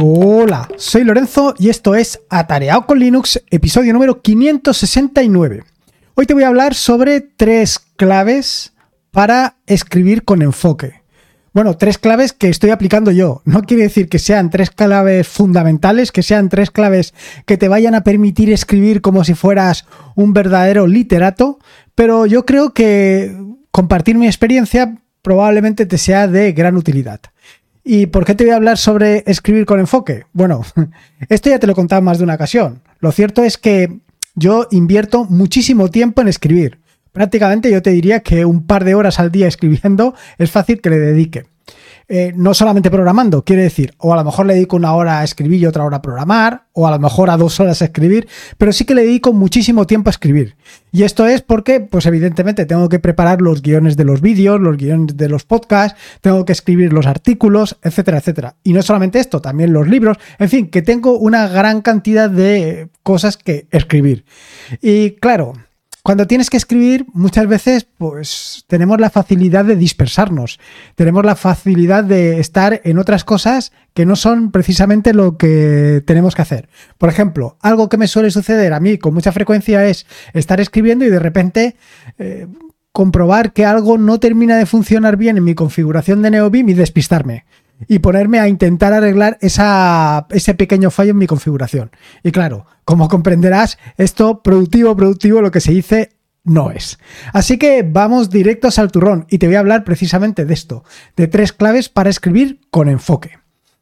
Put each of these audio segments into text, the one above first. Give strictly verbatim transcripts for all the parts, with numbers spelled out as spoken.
Hola, soy Lorenzo y esto es Atareado con Linux, episodio número quinientos sesenta y nueve. Hoy te voy a hablar sobre tres claves para escribir con enfoque. Bueno, tres claves que estoy aplicando yo. No quiere decir que sean tres claves fundamentales, que sean tres claves que te vayan a permitir escribir como si fueras un verdadero literato, pero yo creo que compartir mi experiencia probablemente te sea de gran utilidad. ¿Y por qué te voy a hablar sobre escribir con enfoque? Bueno, esto ya te lo he contado en más de una ocasión. Lo cierto es que yo invierto muchísimo tiempo en escribir. Prácticamente yo te diría que un par de horas al día escribiendo es fácil que le dedique. Eh, no solamente programando, quiere decir, o a lo mejor le dedico una hora a escribir y otra hora a programar, o a lo mejor a dos horas a escribir, pero sí que le dedico muchísimo tiempo a escribir. Y esto es porque, pues evidentemente, tengo que preparar los guiones de los vídeos, los guiones de los podcasts, tengo que escribir los artículos, etcétera, etcétera. Y no solamente esto, también los libros, en fin, que tengo una gran cantidad de cosas que escribir. Y claro, cuando tienes que escribir, muchas veces pues tenemos la facilidad de dispersarnos, tenemos la facilidad de estar en otras cosas que no son precisamente lo que tenemos que hacer. Por ejemplo, algo que me suele suceder a mí con mucha frecuencia es estar escribiendo y de repente eh, comprobar que algo no termina de funcionar bien en mi configuración de NeoBeam y despistarme. Y ponerme a intentar arreglar esa, ese pequeño fallo en mi configuración. Y claro, como comprenderás, esto productivo, productivo, lo que se dice, no es. Así que vamos directos al turrón y te voy a hablar precisamente de esto, de tres claves para escribir con enfoque.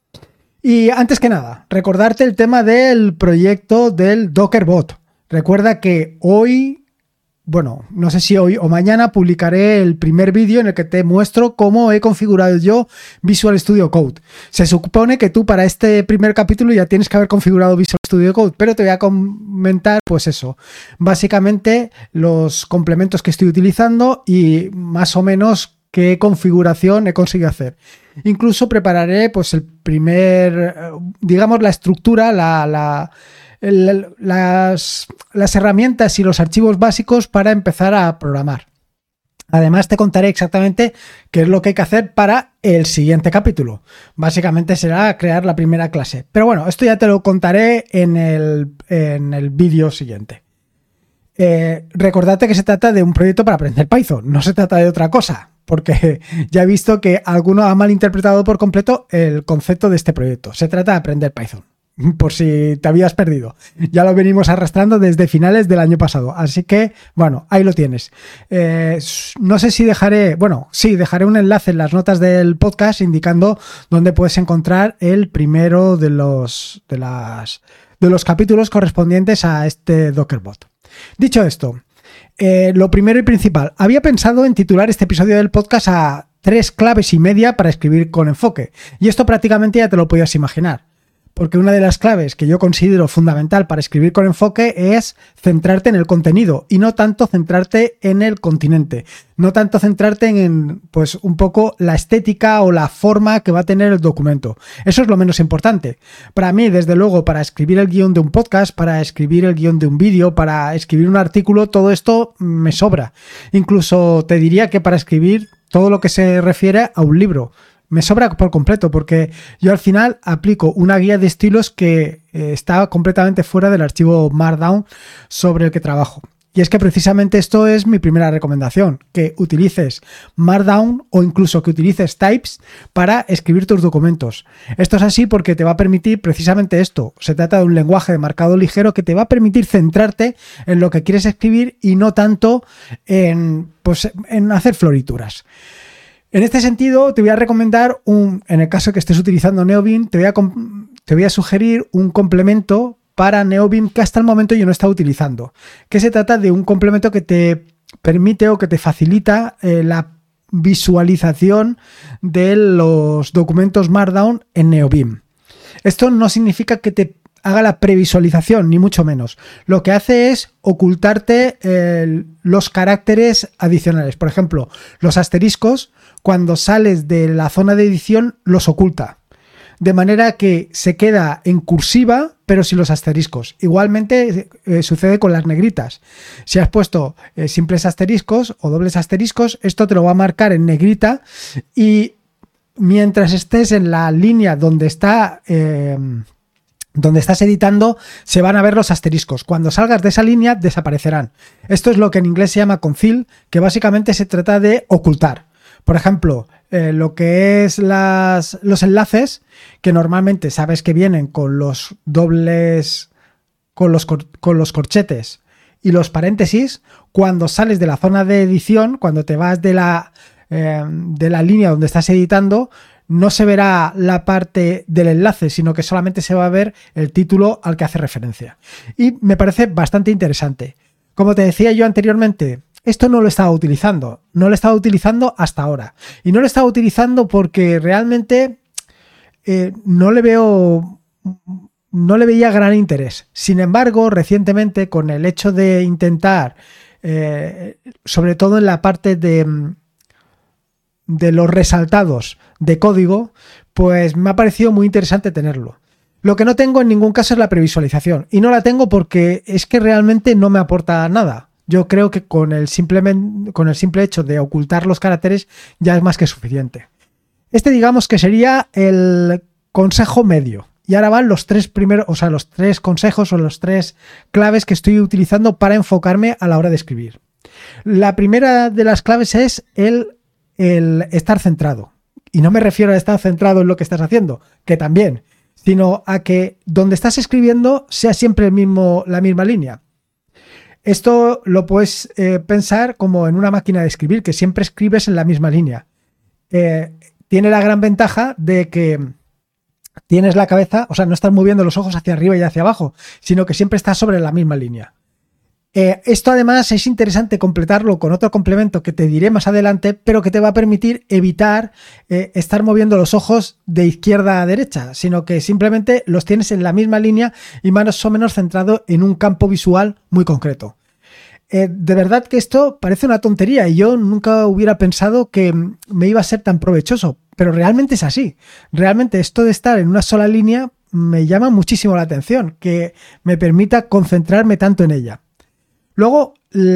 Y antes que nada, recordarte el tema del proyecto del DockerBot. Recuerda que hoy... Bueno, no sé si hoy o mañana publicaré el primer vídeo en el que te muestro cómo he configurado yo Visual Studio Code. Se supone que tú para este primer capítulo ya tienes que haber configurado Visual Studio Code, pero te voy a comentar pues eso, básicamente los complementos que estoy utilizando y más o menos qué configuración he conseguido hacer. Incluso prepararé pues el primer, digamos la estructura, la... la Las, las herramientas y los archivos básicos para empezar a programar. Además te contaré exactamente qué es lo que hay que hacer para el siguiente capítulo. Básicamente será crear la primera clase. Pero bueno, esto ya te lo contaré en el, en el vídeo siguiente. Eh, recordate que se trata de un proyecto para aprender Python, no se trata de otra cosa, porque ya he visto que alguno ha malinterpretado por completo el concepto de este proyecto. Se trata de aprender Python. Por si te habías perdido. Ya lo venimos arrastrando desde finales del año pasado. Así que, bueno, ahí lo tienes. Eh, no sé si dejaré, bueno, sí, dejaré un enlace en las notas del podcast indicando dónde puedes encontrar el primero de los, de las, de los capítulos correspondientes a este DockerBot. Dicho esto, eh, lo primero y principal, había pensado en titular este episodio del podcast a tres claves y media para escribir con enfoque. Y esto prácticamente ya te lo podías imaginar. Porque una de las claves que yo considero fundamental para escribir con enfoque es centrarte en el contenido y no tanto centrarte en el continente, no tanto centrarte en pues un poco la estética o la forma que va a tener el documento. Eso es lo menos importante. Para mí, desde luego, para escribir el guión de un podcast, para escribir el guión de un vídeo, para escribir un artículo, todo esto me sobra. Incluso te diría que para escribir todo lo que se refiere a un libro. Me sobra por completo porque yo al final aplico una guía de estilos que eh, está completamente fuera del archivo Markdown sobre el que trabajo. Y es que precisamente esto es mi primera recomendación, que utilices Markdown o incluso que utilices Types para escribir tus documentos. Esto es así porque te va a permitir precisamente esto. Se trata de un lenguaje de marcado ligero que te va a permitir centrarte en lo que quieres escribir y no tanto en, pues, en hacer florituras. En este sentido, te voy a recomendar, un, en el caso que estés utilizando NeoBeam, te voy a, te voy a sugerir un complemento para NeoBeam que hasta el momento yo no he estado utilizando, que se trata de un complemento que te permite o que te facilita eh, la visualización de los documentos Markdown en NeoBeam. Esto no significa que te haga la previsualización, ni mucho menos. Lo que hace es ocultarte eh, los caracteres adicionales. Por ejemplo, los asteriscos, cuando sales de la zona de edición, los oculta. De manera que se queda en cursiva, pero sin los asteriscos. Igualmente eh, sucede con las negritas. Si has puesto eh, simples asteriscos o dobles asteriscos, esto te lo va a marcar en negrita y mientras estés en la línea donde está... Eh, donde estás editando, se van a ver los asteriscos. Cuando salgas de esa línea, desaparecerán. Esto es lo que en inglés se llama conceal, que básicamente se trata de ocultar. Por ejemplo, eh, lo que es las, los enlaces, que normalmente sabes que vienen con los dobles, con los, con los corchetes y los paréntesis, cuando sales de la zona de edición, cuando te vas de la, eh, de la línea donde estás editando, no se verá la parte del enlace, sino que solamente se va a ver el título al que hace referencia. Y me parece bastante interesante. Como te decía yo anteriormente, esto no lo estaba utilizando. No lo estaba utilizando hasta ahora. Y no lo estaba utilizando porque realmente eh, no le veo... no le veía gran interés. Sin embargo, recientemente, con el hecho de intentar, eh, sobre todo en la parte de... de los resaltados de código, pues me ha parecido muy interesante tenerlo. Lo que no tengo en ningún caso es la previsualización, y no la tengo porque es que realmente no me aporta nada. Yo creo que con el, simplemente, con el simple hecho de ocultar los caracteres ya es más que suficiente. Este digamos que sería el consejo medio. Y ahora van los tres primeros, o sea, los tres consejos o los tres claves que estoy utilizando para enfocarme a la hora de escribir. La primera de las claves es el el estar centrado. Y no me refiero a estar centrado en lo que estás haciendo, que también, sino a que donde estás escribiendo sea siempre el mismo, la misma línea. Esto lo puedes eh, pensar como en una máquina de escribir, que siempre escribes en la misma línea. Eh, tiene la gran ventaja de que tienes la cabeza, o sea, no estás moviendo los ojos hacia arriba y hacia abajo, sino que siempre estás sobre la misma línea. Eh, esto además es interesante completarlo con otro complemento que te diré más adelante, pero que te va a permitir evitar eh, estar moviendo los ojos de izquierda a derecha, sino que simplemente los tienes en la misma línea y más o menos centrado en un campo visual muy concreto. Eh, de verdad que esto parece una tontería y yo nunca hubiera pensado que me iba a ser tan provechoso, pero realmente es así. Realmente esto de estar en una sola línea me llama muchísimo la atención, que me permita concentrarme tanto en ella. Luego,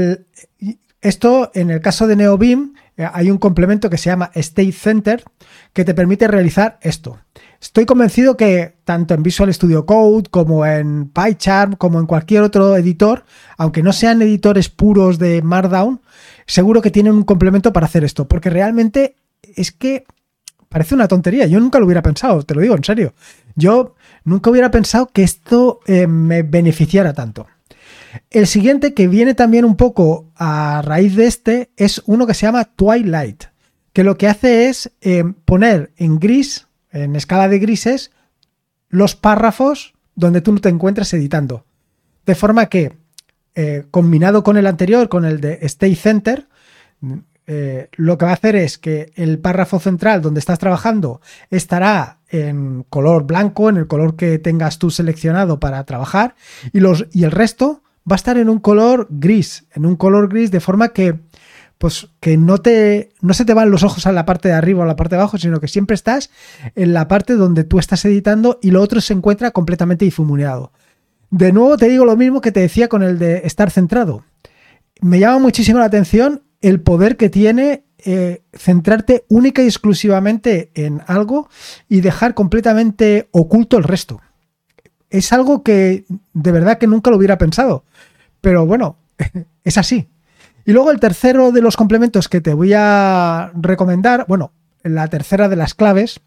esto en el caso de NeoBeam hay un complemento que se llama State Center que te permite realizar esto. Estoy convencido que tanto en Visual Studio Code como en PyCharm como en cualquier otro editor, aunque no sean editores puros de Markdown, seguro que tienen un complemento para hacer esto, porque realmente es que parece una tontería. Yo nunca lo hubiera pensado, te lo digo en serio. Yo nunca hubiera pensado que esto eh, me beneficiara tanto. El siguiente, que viene también un poco a raíz de este, es uno que se llama Twilight, que lo que hace es eh, poner en gris, en escala de grises, los párrafos donde tú te encuentras editando. De forma que, eh, combinado con el anterior, con el de State Center, eh, lo que va a hacer es que el párrafo central donde estás trabajando estará en color blanco, en el color que tengas tú seleccionado para trabajar, y, los, y el resto va a estar en un color gris, en un color gris de forma que, pues, que no, te, no se te van los ojos a la parte de arriba o a la parte de abajo, sino que siempre estás en la parte donde tú estás editando y lo otro se encuentra completamente difuminado. De nuevo te digo lo mismo que te decía con el de estar centrado. Me llama muchísimo la atención el poder que tiene eh, centrarte única y exclusivamente en algo y dejar completamente oculto el resto. Es algo que de verdad que nunca lo hubiera pensado, pero bueno, es así. Y luego el tercero de los complementos que te voy a recomendar, bueno, la tercera de las claves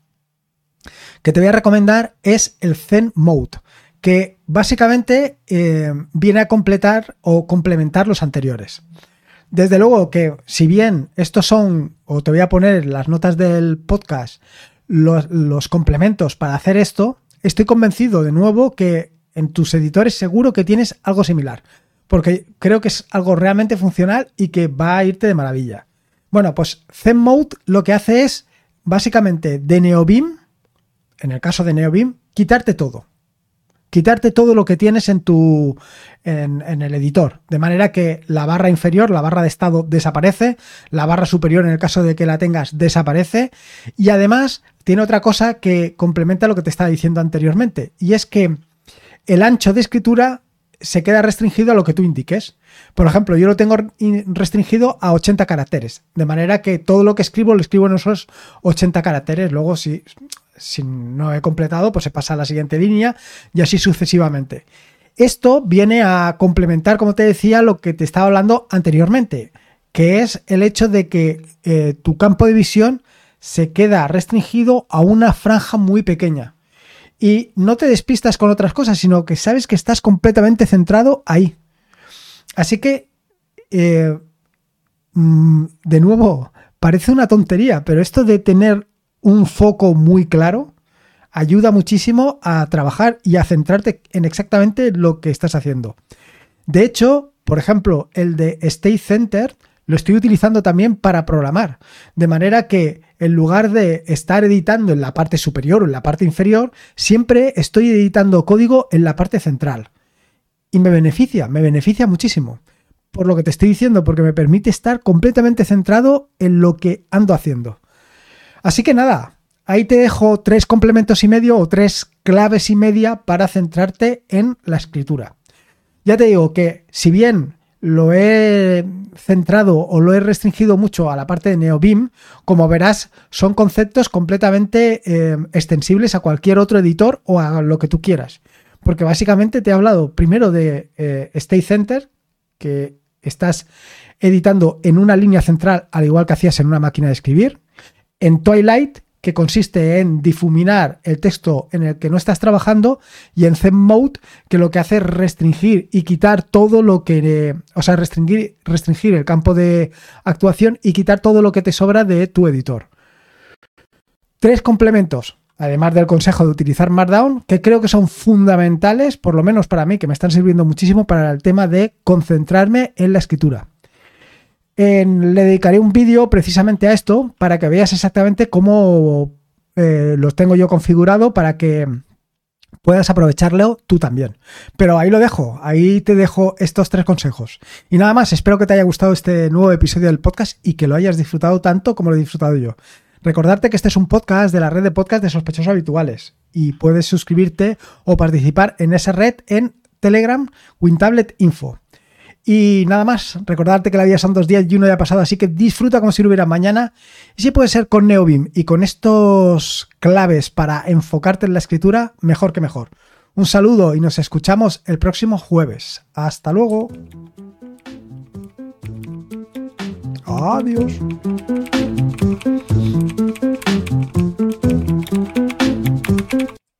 que te voy a recomendar es el Zen Mode, que básicamente eh, viene a completar o complementar los anteriores. Desde luego que si bien estos son, o te voy a poner en las notas del podcast, los, los complementos para hacer esto, estoy convencido de nuevo que en tus editores seguro que tienes algo similar, porque creo que es algo realmente funcional y que va a irte de maravilla. Bueno, pues Zen Mode lo que hace es básicamente de NeoBeam, en el caso de NeoBeam, quitarte todo. Quitarte todo lo que tienes en tu en, en el editor, de manera que la barra inferior, la barra de estado desaparece, la barra superior en el caso de que la tengas desaparece, y además tiene otra cosa que complementa lo que te estaba diciendo anteriormente, y es que el ancho de escritura se queda restringido a lo que tú indiques. Por ejemplo, yo lo tengo restringido a ochenta caracteres, de manera que todo lo que escribo lo escribo en esos ochenta caracteres. Luego, si, si no he completado, pues se pasa a la siguiente línea y así sucesivamente. Esto viene a complementar, como te decía, lo que te estaba hablando anteriormente, que es el hecho de que eh, tu campo de visión se queda restringido a una franja muy pequeña. Y no te despistas con otras cosas, sino que sabes que estás completamente centrado ahí. Así que, eh, de nuevo, parece una tontería, pero esto de tener un foco muy claro ayuda muchísimo a trabajar y a centrarte en exactamente lo que estás haciendo. De hecho, por ejemplo, el de Stay Center lo estoy utilizando también para programar, de manera que en lugar de estar editando en la parte superior o en la parte inferior, siempre estoy editando código en la parte central. Y me beneficia, me beneficia muchísimo. Por lo que te estoy diciendo, porque me permite estar completamente centrado en lo que ando haciendo. Así que nada, ahí te dejo tres complementos y medio o tres claves y media para centrarte en la escritura. Ya te digo que si bien lo he centrado o lo he restringido mucho a la parte de NeoBeam, como verás, son conceptos completamente eh, extensibles a cualquier otro editor o a lo que tú quieras. Porque básicamente te he hablado primero de eh, Stay Center, que estás editando en una línea central al igual que hacías en una máquina de escribir, en Twilight, que consiste en difuminar el texto en el que no estás trabajando, y en Zen Mode, que lo que hace es restringir y quitar todo lo que... Eh, o sea, restringir, restringir el campo de actuación y quitar todo lo que te sobra de tu editor. Tres complementos, además del consejo de utilizar Markdown, que creo que son fundamentales, por lo menos para mí, que me están sirviendo muchísimo para el tema de concentrarme en la escritura. En, le dedicaré un vídeo precisamente a esto para que veas exactamente cómo eh, los tengo yo configurado para que puedas aprovecharlo tú también. Pero ahí lo dejo, ahí te dejo estos tres consejos. Y nada más, espero que te haya gustado este nuevo episodio del podcast y que lo hayas disfrutado tanto como lo he disfrutado yo. Recordarte que este es un podcast de la red de podcast de sospechosos habituales y puedes suscribirte o participar en esa red en Telegram, WinTablet Info. Y nada más, recordarte que la vida son dos días y uno ya ha pasado, así que disfruta como si lo hubiera mañana. Y si puede ser con NeoBeam y con estos claves para enfocarte en la escritura, mejor que mejor. Un saludo y nos escuchamos el próximo jueves. Hasta luego. Adiós.